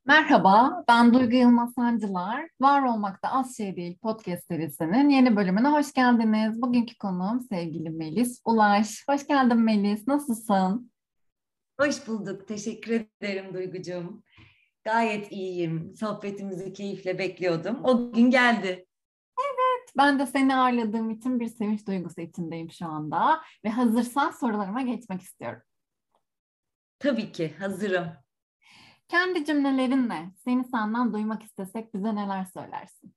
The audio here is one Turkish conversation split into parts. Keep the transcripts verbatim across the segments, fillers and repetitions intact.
Merhaba, ben Duygu Yılmaz Sancılar. Var Olmakta Az Şey Değil podcast serisinin yeni bölümüne hoş geldiniz. Bugünkü konuğum sevgili Melis Ulaş. Hoş geldin Melis, nasılsın? Hoş bulduk. Teşekkür ederim Duygucuğum. Gayet iyiyim. Sohbetimizi keyifle bekliyordum. O gün geldi. Ben de seni ağırladığım için bir sevinç duygusu içindeyim şu anda. Ve hazırsan sorularıma geçmek istiyorum. Tabii ki hazırım. Kendi cümlelerinle seni senden duymak istesek bize neler söylersin?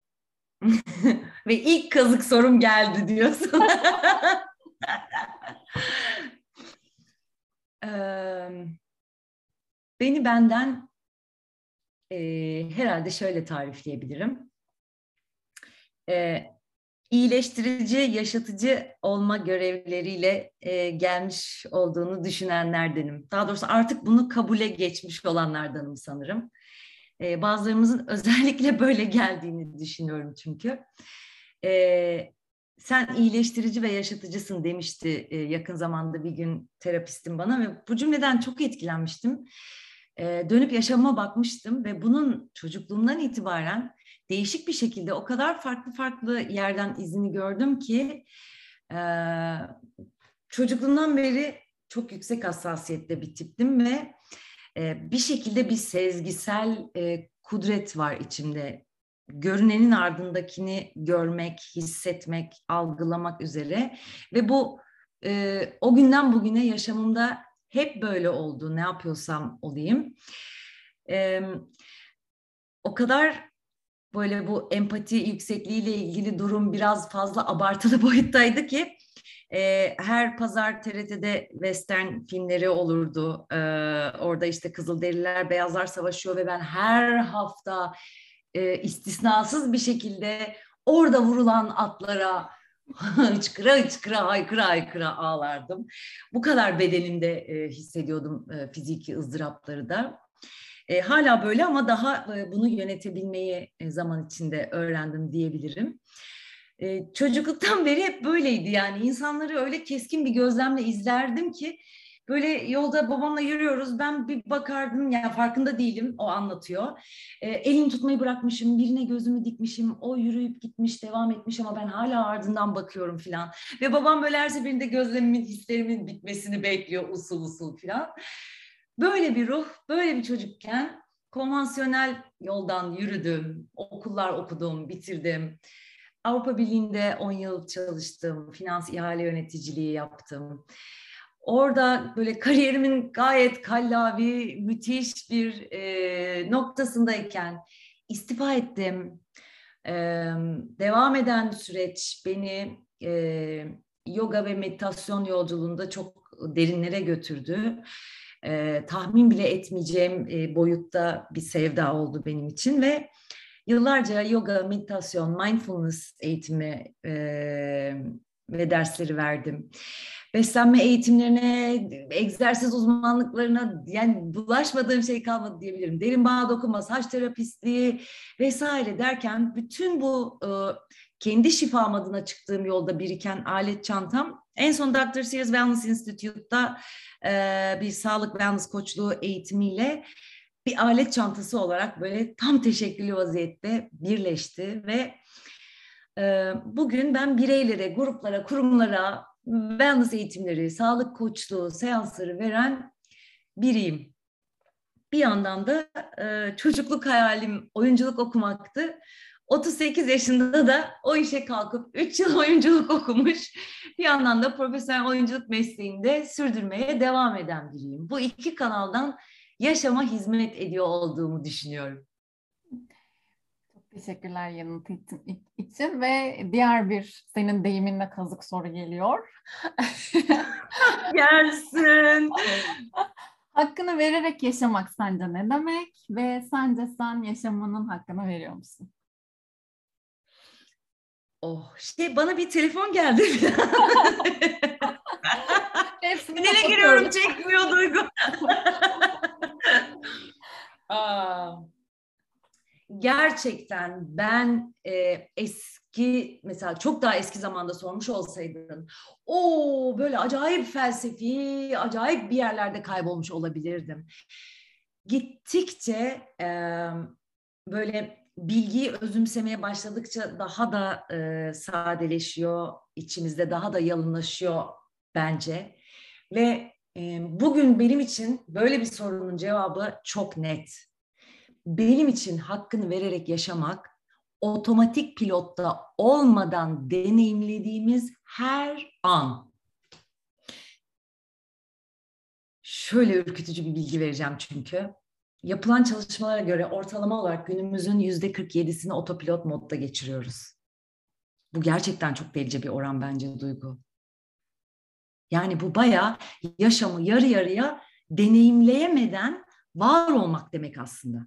Ve ilk kazık sorum geldi diyorsun. Eee, Beni benden eee, herhalde şöyle tarifleyebilirim. Eee, iyileştirici, yaşatıcı olma görevleriyle eee, gelmiş olduğunu düşünenlerdenim. Daha doğrusu artık bunu kabule geçmiş olanlardanım sanırım. Ee, bazılarımızın özellikle böyle geldiğini düşünüyorum çünkü. Ee, Sen iyileştirici ve yaşatıcısın demişti e, yakın zamanda bir gün terapistim bana ve bu cümleden çok etkilenmiştim. Ee, dönüp yaşamama bakmıştım ve bunun çocukluğumdan itibaren değişik bir şekilde o kadar farklı farklı yerden izini gördüm ki e, çocukluğumdan beri çok yüksek hassasiyette bir tiptim ve e, bir şekilde bir sezgisel e, kudret var içimde. Görünenin ardındakini görmek, hissetmek, algılamak üzere ve bu e, o günden bugüne yaşamımda hep böyle oldu. Ne yapıyorsam olayım. E, O kadar böyle bu empati yüksekliğiyle ilgili durum biraz fazla abartılı boyuttaydı ki e, her pazar T R T'de western filmleri olurdu. E, orada işte Kızılderililer, Beyazlar savaşıyor ve ben her hafta e, istisnasız bir şekilde orada vurulan atlara hıçkıra hıçkıra haykıra haykıra ağlardım. Bu kadar bedenimde e, hissediyordum e, fiziki ızdırapları da. E, hala böyle ama daha e, bunu yönetebilmeyi e, zaman içinde öğrendim diyebilirim. E, çocukluktan beri hep böyleydi yani insanları öyle keskin bir gözlemle izlerdim ki böyle yolda babamla yürüyoruz ben bir bakardım ya farkında değilim o anlatıyor. E, elini tutmayı bırakmışım birine gözümü dikmişim o yürüyüp gitmiş devam etmiş ama ben hala ardından bakıyorum filan. Ve babam böyle her seferinde gözlemimin hislerimin bitmesini bekliyor usul usul filan. Böyle bir ruh, böyle bir çocukken konvansiyonel yoldan yürüdüm, okullar okudum, bitirdim. Avrupa Birliği'nde on yıl çalıştım, finans ihale yöneticiliği yaptım. Orada böyle kariyerimin gayet kallavi, müthiş bir e, noktasındayken istifa ettim. E, Devam eden süreç beni e, yoga ve meditasyon yolculuğunda çok derinlere götürdü. E, tahmin bile etmeyeceğim e, boyutta bir sevda oldu benim için ve yıllarca yoga, meditasyon, mindfulness eğitimi e, ve dersleri verdim. Beslenme eğitimlerine, egzersiz uzmanlıklarına yani bulaşmadığım şey kalmadı diyebilirim. Derin bağ dokuma, saç terapistliği vesaire derken bütün bu e, kendi şifam adına çıktığım yolda biriken alet çantam en son doktor Sears Wellness Institute'da e, bir sağlık wellness koçluğu eğitimiyle bir alet çantası olarak böyle tam teşekküllü vaziyette birleşti ve e, bugün ben bireylere, gruplara, kurumlara wellness eğitimleri, sağlık koçluğu, seansları veren biriyim. Bir yandan da e, çocukluk hayalim oyunculuk okumaktı. otuz sekiz yaşında da o işe kalkıp üç yıl oyunculuk okumuş. Bir yandan da profesyonel oyunculuk mesleğinde sürdürmeye devam eden biriyim. Bu iki kanaldan yaşama hizmet ediyor olduğumu düşünüyorum. Çok teşekkürler yanıtı için, için ve diğer bir senin deyiminle kazık soru geliyor. Gelsin. Hakkını vererek yaşamak sence ne demek ve sence sen yaşamanın hakkını veriyor musun? Oh, şey bana bir telefon geldi. Hepsini Nereye giriyorum kapatıyorum. çekmiyor Duygu. Aa, gerçekten ben e, eski mesela çok daha eski zamanda sormuş olsaydın o böyle acayip felsefi acayip bir yerlerde kaybolmuş olabilirdim. gittikçe e, böyle bilgiyi özümsemeye başladıkça daha da e, sadeleşiyor, içimizde daha da yalınlaşıyor bence. Ve e, bugün benim için böyle bir sorunun cevabı çok net. Benim için hakkını vererek yaşamak, otomatik pilotta olmadan deneyimlediğimiz her an. Şöyle ürkütücü bir bilgi vereceğim çünkü. Yapılan çalışmalara göre ortalama olarak günümüzün yüzde kırk yedisini otopilot modda geçiriyoruz. Bu gerçekten çok delice bir oran bence Duygu. Yani bu bayağı yaşamı yarı yarıya deneyimleyemeden var olmak demek aslında.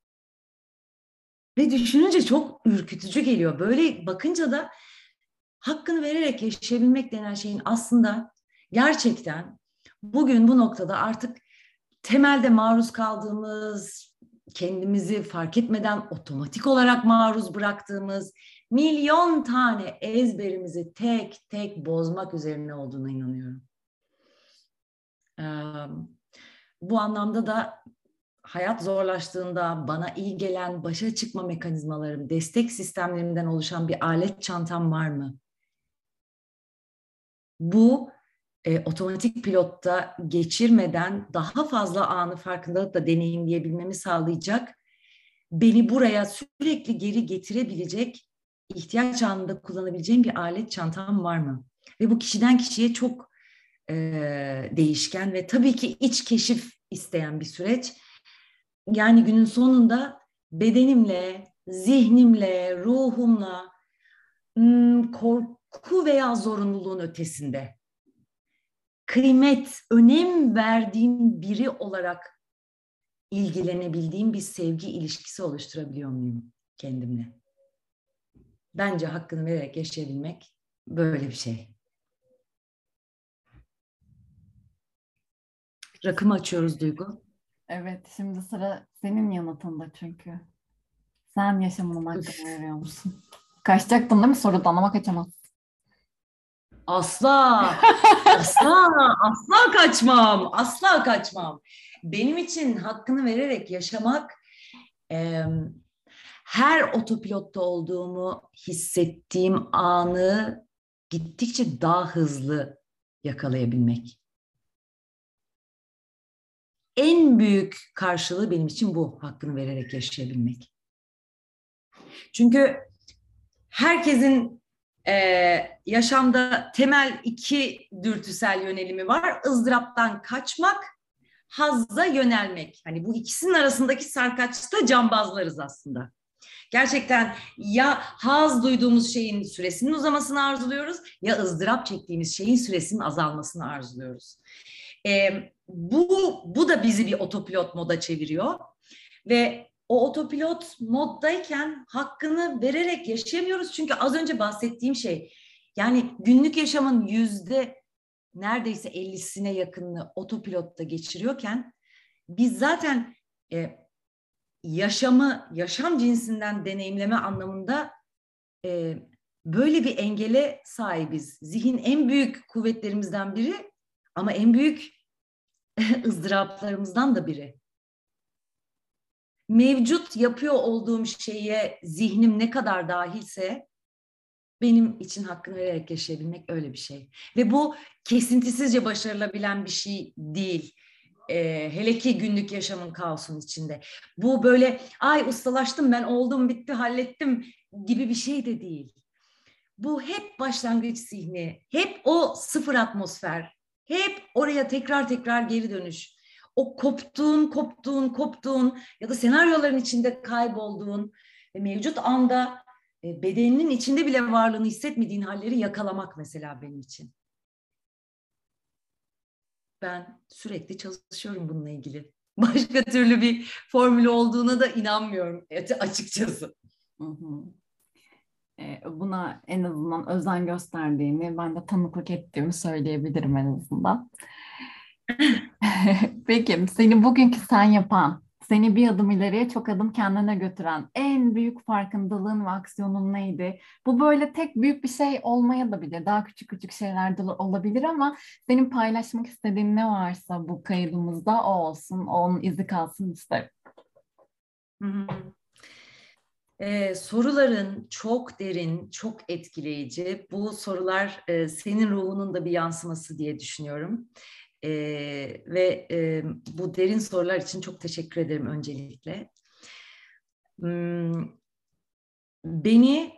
Ve düşününce çok ürkütücü geliyor. Böyle bakınca da hakkını vererek yaşayabilmek denen şeyin aslında gerçekten bugün bu noktada artık temelde maruz kaldığımız, kendimizi fark etmeden otomatik olarak maruz bıraktığımız milyon tane ezberimizi tek tek bozmak üzerine olduğuna inanıyorum. Ee, bu anlamda da hayat zorlaştığında bana iyi gelen başa çıkma mekanizmalarım, destek sistemlerimden oluşan bir alet çantam var mı? Bu e, otomatik pilotta geçirmeden daha fazla anı farkındalıkla deneyimleyebilmemi sağlayacak, beni buraya sürekli geri getirebilecek, ihtiyaç anında kullanabileceğim bir alet çantam var mı? Ve bu kişiden kişiye çok e, değişken ve tabii ki iç keşif isteyen bir süreç. Yani günün sonunda bedenimle, zihnimle, ruhumla, korku veya zorunluluğun ötesinde kıymet, önem verdiğim biri olarak ilgilenebildiğim bir sevgi ilişkisi oluşturabiliyor muyum kendimle? Bence hakkını vererek yaşayabilmek böyle bir şey. Rakımı açıyoruz Duygu. Evet, şimdi sıra senin yanıtında çünkü. Sen yaşamının hakkını Üf. veriyor musun? Kaçacaktın değil mi sorudan ama kaçamazsın. Asla, asla, asla kaçmam, asla kaçmam. Benim için hakkını vererek yaşamak, e, her otopilotta olduğumu hissettiğim anı gittikçe daha hızlı yakalayabilmek. En büyük karşılığı benim için bu, hakkını vererek yaşayabilmek. Çünkü herkesin e, yaşamda temel iki dürtüsel yönelimi var. ızdıraptan kaçmak, hazza yönelmek. Hani bu ikisinin arasındaki sarkaçta cambazlarız aslında. Gerçekten ya haz duyduğumuz şeyin süresinin uzamasını arzuluyoruz ya ızdırap çektiğimiz şeyin süresinin azalmasını arzuluyoruz. Ee, bu, bu da bizi bir otopilot moda çeviriyor ve o otopilot moddayken hakkını vererek yaşayamıyoruz. Çünkü az önce bahsettiğim şey, yani günlük yaşamın yüzde neredeyse ellisine yakınını otopilotta geçiriyorken biz zaten e, yaşamı, yaşam cinsinden deneyimleme anlamında e, böyle bir engele sahibiz. Zihin en büyük kuvvetlerimizden biri ama en büyük ızdıraplarımızdan da biri. Mevcut yapıyor olduğum şeye zihnim ne kadar dahilse benim için hakkını vererek yaşayabilmek öyle bir şey. Ve bu kesintisizce başarılabilen bir şey değil. Ee, hele ki günlük yaşamın kaosun içinde. Bu böyle ay ustalaştım ben, oldum bitti hallettim gibi bir şey de değil. Bu hep başlangıç zihni, hep o sıfır atmosfer, hep oraya tekrar tekrar geri dönüş. O koptuğun, koptuğun, koptuğun ya da senaryoların içinde kaybolduğun ve mevcut anda e, bedeninin içinde bile varlığını hissetmediğin halleri yakalamak mesela benim için. Ben sürekli çalışıyorum bununla ilgili. Başka türlü bir formülü olduğuna da inanmıyorum açıkçası. Hı hı. E, buna en azından özen gösterdiğini, ben de tanıklık ettiğimi söyleyebilirim en azından. Peki, seni bugünkü sen yapan, Seni bir adım ileriye çok adım kendine götüren en büyük farkındalığın ve aksiyonun neydi? Bu böyle tek büyük bir şey olmaya da bilir. Daha küçük küçük şeyler de olabilir ama senin paylaşmak istediğin ne varsa bu kaydımızda o olsun. Onun izi kalsın isterim. Hı hı. Ee, soruların çok derin, çok etkileyici. Bu sorular e, senin ruhunun da bir yansıması diye düşünüyorum. Ee, ve e, bu derin sorular için çok teşekkür ederim öncelikle. Hmm, beni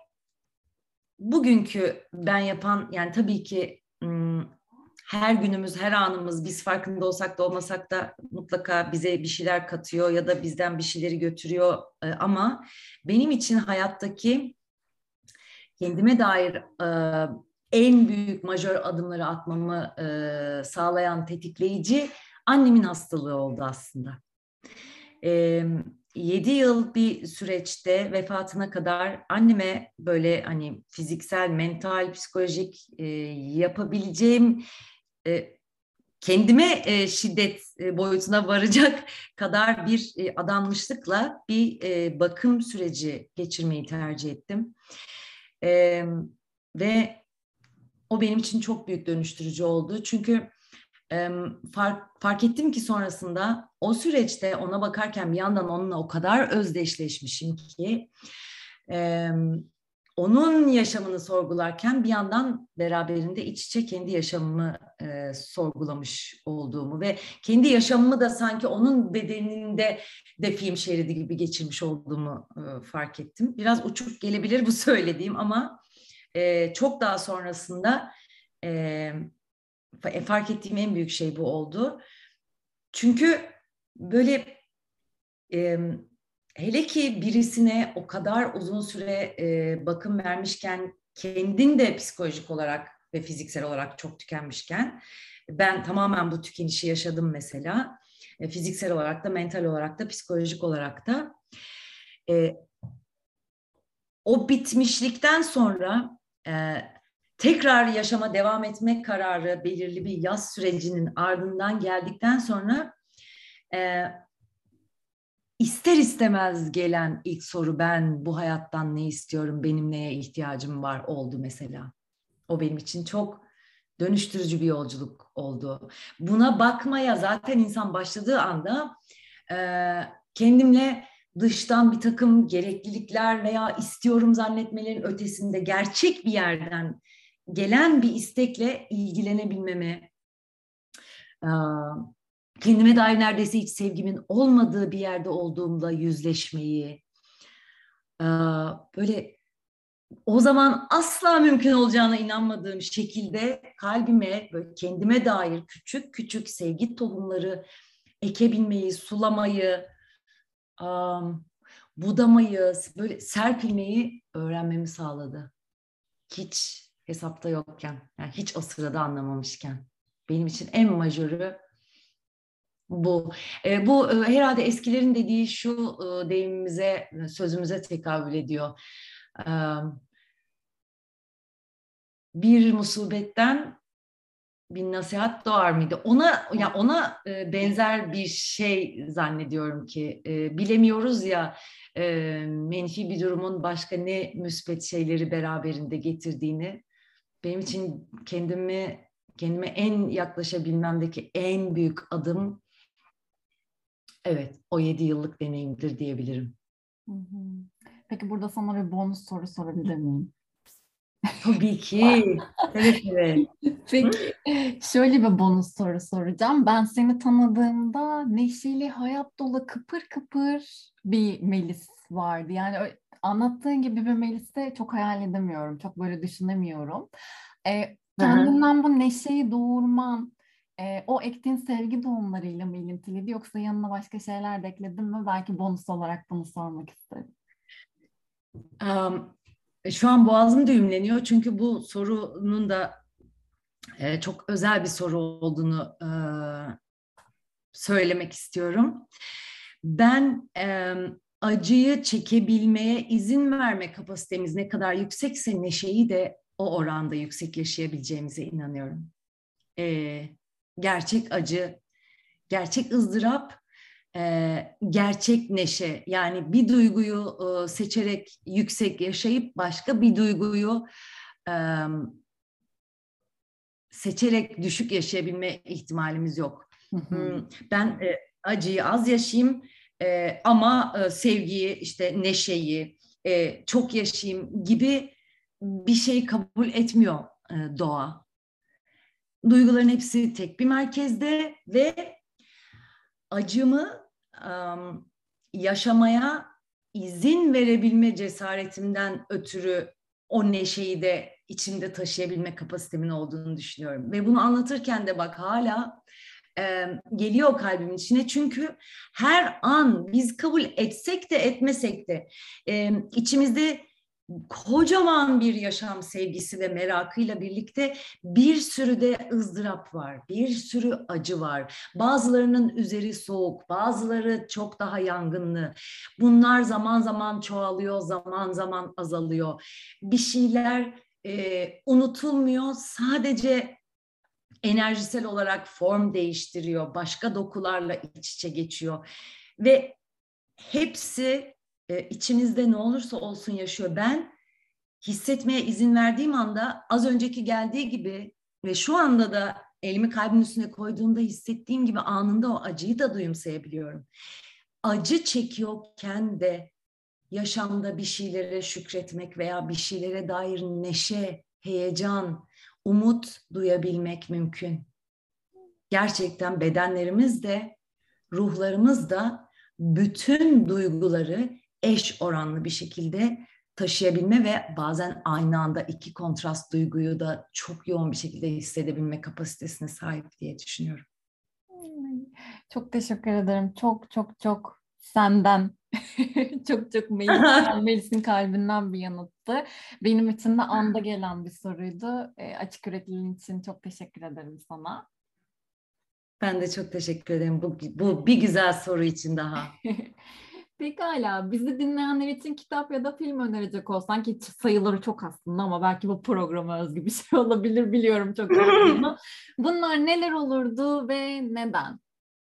bugünkü ben yapan, yani tabii ki hmm, her günümüz, her anımız biz farkında olsak da olmasak da mutlaka bize bir şeyler katıyor ya da bizden bir şeyleri götürüyor. Ee, ama benim için hayattaki kendime dair e, en büyük majör adımları atmamı e, sağlayan tetikleyici annemin hastalığı oldu aslında. E, yedi yıl bir süreçte vefatına kadar anneme böyle hani fiziksel, mental, psikolojik e, yapabileceğim e, kendime e, şiddet e, boyutuna varacak kadar bir e, adanmışlıkla bir e, bakım süreci geçirmeyi tercih ettim. E, ve o benim için çok büyük dönüştürücü oldu. Çünkü e, fark, fark ettim ki sonrasında o süreçte ona bakarken bir yandan onunla o kadar özdeşleşmişim ki e, onun yaşamını sorgularken bir yandan beraberinde iç içe kendi yaşamımı e, sorgulamış olduğumu ve kendi yaşamımı da sanki onun bedeninde de film şeridi gibi geçirmiş olduğumu e, fark ettim. Biraz uçuk gelebilir bu söylediğim ama e, çok daha sonrasında e, fark ettiğim en büyük şey bu oldu. Çünkü böyle e, hele ki birisine o kadar uzun süre e, bakım vermişken kendin de psikolojik olarak ve fiziksel olarak çok tükenmişken ben tamamen bu tükenişi yaşadım mesela. E, fiziksel olarak da, mental olarak da, psikolojik olarak da. E, o bitmişlikten sonra e, tekrar yaşama devam etmek kararı belirli bir yaz sürecinin ardından geldikten sonra e, ister istemez gelen ilk soru ben bu hayattan ne istiyorum, benim neye ihtiyacım var oldu mesela. O benim için çok dönüştürücü bir yolculuk oldu. Buna bakmaya zaten insan başladığı anda e, kendimle dıştan bir takım gereklilikler veya istiyorum zannetmelerin ötesinde gerçek bir yerden gelen bir istekle ilgilenebilmemi, e, kendime dair neredeyse hiç sevgimin olmadığı bir yerde olduğumda yüzleşmeyi, e, böyle o zaman asla mümkün olacağına inanmadığım şekilde kalbime, böyle kendime dair küçük küçük sevgi tohumları ekebilmeyi, sulamayı, um, budamayı, böyle serpilmeyi öğrenmemi sağladı. Hiç hesapta yokken, yani hiç o sırada anlamamışken. Benim için en majörü bu. E, bu e, herhalde eskilerin dediği şu e, deyimimize, sözümüze tekabül ediyor. E, bir musibetten bir nasihat doğar mıydı? Ona ya ona e, benzer bir şey zannediyorum ki e, bilemiyoruz ya e, menfi bir durumun başka ne müspet şeyleri beraberinde getirdiğini. Benim için kendimi kendime en yaklaşabilmemdeki en büyük adım evet o yedi yıllık deneyimdir diyebilirim. Hı hı. Peki burada sana bir bonus soru sorabilir miyim? Tabii ki. Seve seve. Peki, şöyle bir bonus soru soracağım. Ben seni tanıdığımda neşeli, hayat dolu, kıpır kıpır bir Melis vardı. Yani ö- anlattığın gibi bir Melis'i çok hayal edemiyorum. Çok böyle düşünemiyorum. Ee, Hı hı. kendinden bu neşeyi doğurman, e, o ektiğin sevgi tohumlarıyla mı ilintiliydi yoksa yanına başka şeyler de ekledin mi? Belki bonus olarak bunu sormak istedim. Um, şu an boğazım düğümleniyor çünkü bu sorunun da e, çok özel bir soru olduğunu e, söylemek istiyorum. Ben e, acıyı çekebilmeye izin verme kapasitemiz ne kadar yüksekse neşeyi de o oranda yüksek yaşayabileceğimize inanıyorum. E, gerçek acı, gerçek ızdırap e, gerçek neşe. Yani bir duyguyu e, seçerek yüksek yaşayıp başka bir duyguyu e, seçerek düşük yaşayabilme ihtimalimiz yok. Hı hı. Hmm, Ben e, acıyı az yaşayayım e, ama e, sevgiyi, işte neşeyi e, çok yaşayayım gibi bir şey kabul etmiyor e, doğa. Duyguların hepsi tek bir merkezde ve acımı um, yaşamaya izin verebilme cesaretimden ötürü o neşeyi de içimde taşıyabilme kapasitemin olduğunu düşünüyorum. Ve bunu anlatırken de bak hala e, geliyor kalbimin içine. Çünkü her an biz kabul etsek de etmesek de e, içimizde kocaman bir yaşam sevgisi ve merakıyla birlikte bir sürü de ızdırap var, bir sürü acı var. Bazılarının üzeri soğuk, bazıları çok daha yangınlı. Bunlar zaman zaman çoğalıyor, zaman zaman azalıyor. Bir şeyler e, unutulmuyor, sadece enerjisel olarak form değiştiriyor, başka dokularla iç içe geçiyor. Ve hepsi e, içimizde ne olursa olsun yaşıyor. Ben hissetmeye izin verdiğim anda az önceki geldiği gibi ve şu anda da elimi kalbimin üstüne koyduğumda hissettiğim gibi anında o acıyı da duyumsayabiliyorum. Acı çekiyorken de yaşamda bir şeylere şükretmek veya bir şeylere dair neşe, heyecan, umut duyabilmek mümkün. Gerçekten bedenlerimiz de, ruhlarımız da bütün duyguları eş oranlı bir şekilde taşıyabilme ve bazen aynı anda iki kontrast duyguyu da çok yoğun bir şekilde hissedebilme kapasitesine sahip diye düşünüyorum. Çok teşekkür ederim. Çok çok çok senden. Çok çok Melis'ten, Melis'in kalbinden bir yanıttı. Benim için de anda gelen bir soruydu. E, açık yürekliliğin için çok teşekkür ederim sana. Ben de çok teşekkür ederim bu, bu bir güzel soru için daha. Pekala, bizi dinleyenler için kitap ya da film önerecek olsan, ki sayıları çok aslında ama belki bu programa özgü bir şey olabilir, biliyorum çok olduğunu. Bunlar neler olurdu ve neden?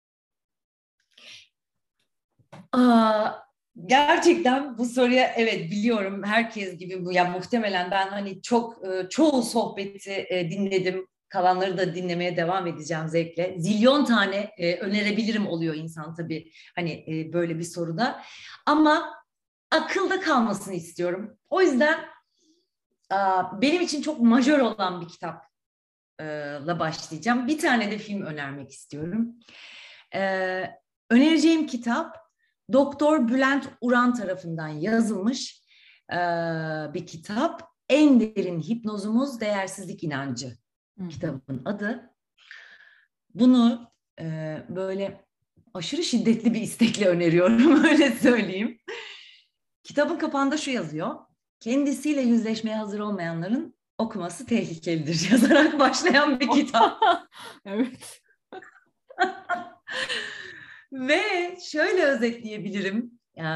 Aa, gerçekten bu soruya evet biliyorum herkes gibi bu ya muhtemelen ben hani çok e, çoğu sohbeti e, dinledim. Kalanları da dinlemeye devam edeceğim zevkle. Zilyon tane e, önerebilirim oluyor insan tabii hani e, böyle bir soruda. Ama akılda kalmasını istiyorum. O yüzden aa, benim için çok majör olan bir kitapla başlayacağım. Bir tane de film önermek istiyorum. Ee, önereceğim kitap Doktor Bülent Uran tarafından yazılmış e, bir kitap. En derin hipnozumuz değersizlik inancı Hı hı. kitabın adı. Bunu e, böyle aşırı şiddetli bir istekle öneriyorum öyle söyleyeyim. Kitabın kapağında şu yazıyor. Kendisiyle yüzleşmeye hazır olmayanların okuması tehlikelidir yazarak başlayan bir kitap. Evet. Ve şöyle özetleyebilirim.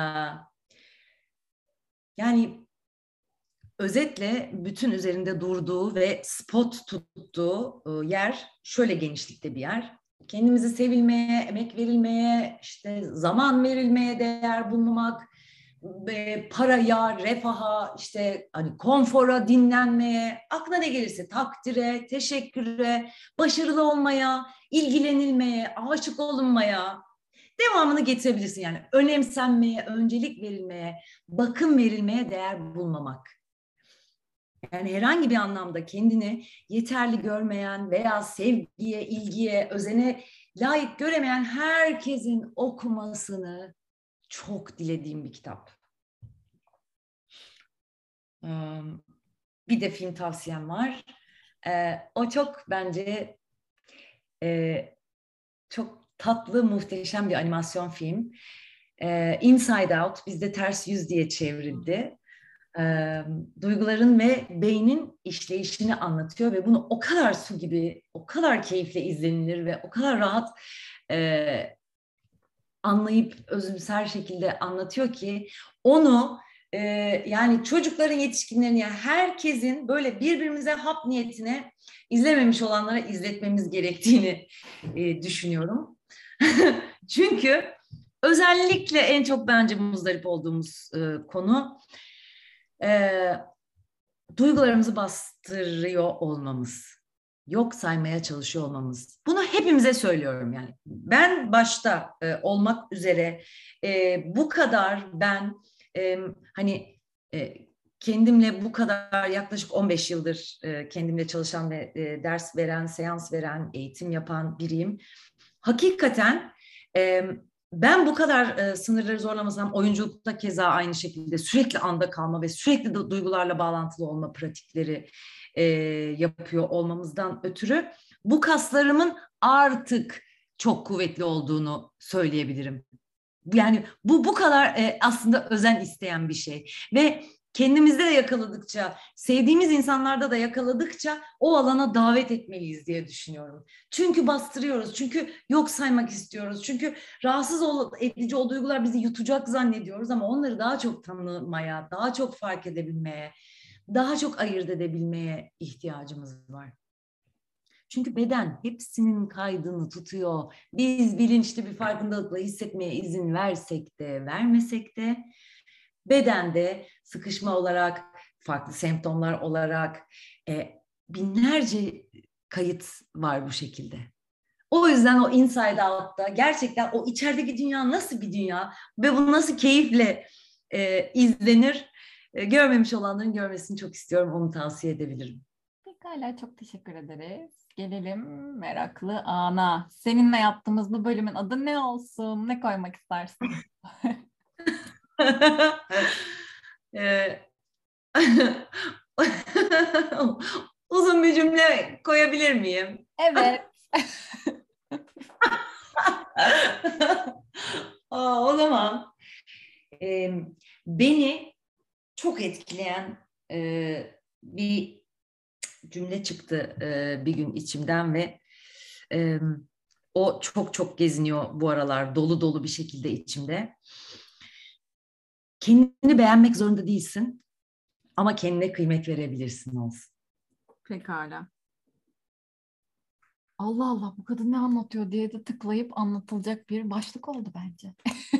Yani özetle bütün üzerinde durduğu ve spot tuttuğu yer şöyle genişlikte bir yer. Kendimizi sevilmeye, emek verilmeye, işte zaman verilmeye değer bulmak, paraya, refaha, işte hani konfora, dinlenmeye, aklına ne gelirse takdire, teşekküre, başarılı olmaya, ilgilenilmeye, aşık olunmaya, devamını getirebilirsin. Yani önemsenmeye, öncelik verilmeye, bakım verilmeye değer bulmamak. Yani herhangi bir anlamda kendini yeterli görmeyen veya sevgiye, ilgiye, özene layık göremeyen herkesin okumasını çok dilediğim bir kitap. Bir de film tavsiyem var. O çok bence çok tatlı, muhteşem bir animasyon film. Inside Out, bizde Ters Yüz diye çevrildi. E, duyguların ve beynin işleyişini anlatıyor ve bunu o kadar su gibi, o kadar keyifle izlenilir ve o kadar rahat e, anlayıp özümser şekilde anlatıyor ki onu e, yani çocukların, yetişkinlerin, yani herkesin böyle birbirimize hap niyetine izlememiş olanlara izletmemiz gerektiğini e, düşünüyorum. Çünkü özellikle en çok bence muzdarip olduğumuz e, konu e, duygularımızı bastırıyor olmamız. Yok saymaya çalışıyor olmamız. Bunu hepimize söylüyorum yani. Ben başta e, olmak üzere e, bu kadar ben e, hani e, kendimle bu kadar yaklaşık on beş yıldır e, kendimle çalışan ve e, ders veren, seans veren, eğitim yapan biriyim. Hakikaten e, ben bu kadar e, sınırları zorlamasam oyunculukta keza aynı şekilde sürekli anda kalma ve sürekli de duygularla bağlantılı olma pratikleri e, yapıyor olmamızdan ötürü bu kaslarımın artık çok kuvvetli olduğunu söyleyebilirim. Yani bu bu kadar e, aslında özen isteyen bir şey ve kendimizde de yakaladıkça, sevdiğimiz insanlarda da yakaladıkça o alana davet etmeliyiz diye düşünüyorum. Çünkü bastırıyoruz, çünkü yok saymak istiyoruz, çünkü rahatsız edici o duygular bizi yutacak zannediyoruz ama onları daha çok tanımaya, daha çok fark edebilmeye, daha çok ayırt edebilmeye ihtiyacımız var. Çünkü beden hepsinin kaydını tutuyor. Biz bilinçli bir farkındalıkla hissetmeye izin versek de vermesek de bedende sıkışma olarak, farklı semptomlar olarak e, binlerce kayıt var bu şekilde. O yüzden o inside out'ta gerçekten o içerideki dünya nasıl bir dünya ve bu nasıl keyifle e, izlenir e, görmemiş olanların görmesini çok istiyorum. Onu tavsiye edebilirim. Pekala, çok teşekkür ederiz. Gelelim meraklı ana. Seninle yaptığımız bu bölümün adı ne olsun? Ne koymak istersin? Ee, uzun bir cümle koyabilir miyim? Evet. Aa, o zaman e, beni çok etkileyen e, bir cümle çıktı e, bir gün içimden ve e, o çok çok geziniyor bu aralar dolu dolu bir şekilde içimde. Kendini beğenmek zorunda değilsin ama kendine kıymet verebilirsin olsun. Pekala. Allah Allah, bu kadın ne anlatıyor diye de tıklayıp anlatılacak bir başlık oldu bence.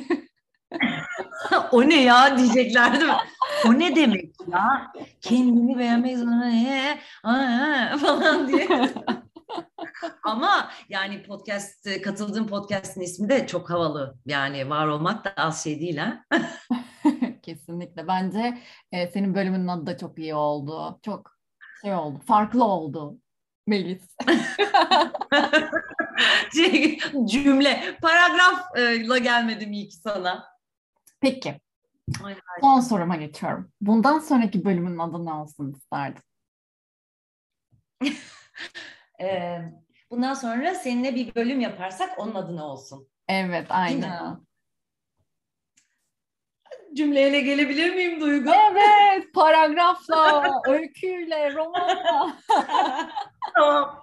O ne ya diyecekler değil mi? O ne demek ya? Kendini beğenmek zorunda ne? Falan diye. Ama yani podcast, katıldığım podcast'ın ismi de çok havalı. Yani var olmak da az şey değil ha. Kesinlikle. Bence e, senin bölümünün adı da çok iyi oldu. Çok şey oldu. Farklı oldu. Melis. Şey, cümle, paragrafla gelmedim iyi ki sana. Peki. Ay, Son soruma geçiyorum. Bundan sonraki bölümün adı ne olsun isterdin? Ee, bundan sonra seninle bir bölüm yaparsak onun adı ne olsun? Evet, Değil aynen. mi? Cümleyle gelebilir miyim Duygu? Evet, paragrafla, öyküyle, romanla. Tamam.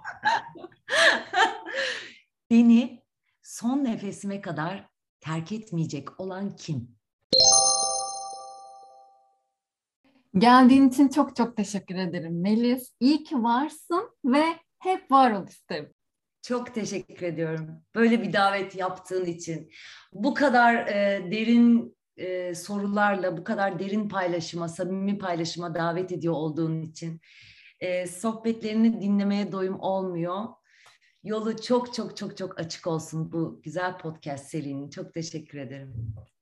Beni son nefesime kadar terk etmeyecek olan kim? Geldiğin için çok çok teşekkür ederim Melis. İyi ki varsın ve hep var ol isterim. Çok teşekkür ediyorum. Böyle bir davet yaptığın için. Bu kadar e, derin e, sorularla, bu kadar derin paylaşıma, samimi paylaşıma davet ediyor olduğun için. E, sohbetlerini dinlemeye doyum olmuyor. Yolu çok çok çok çok açık olsun bu güzel podcast serinin. Çok teşekkür ederim.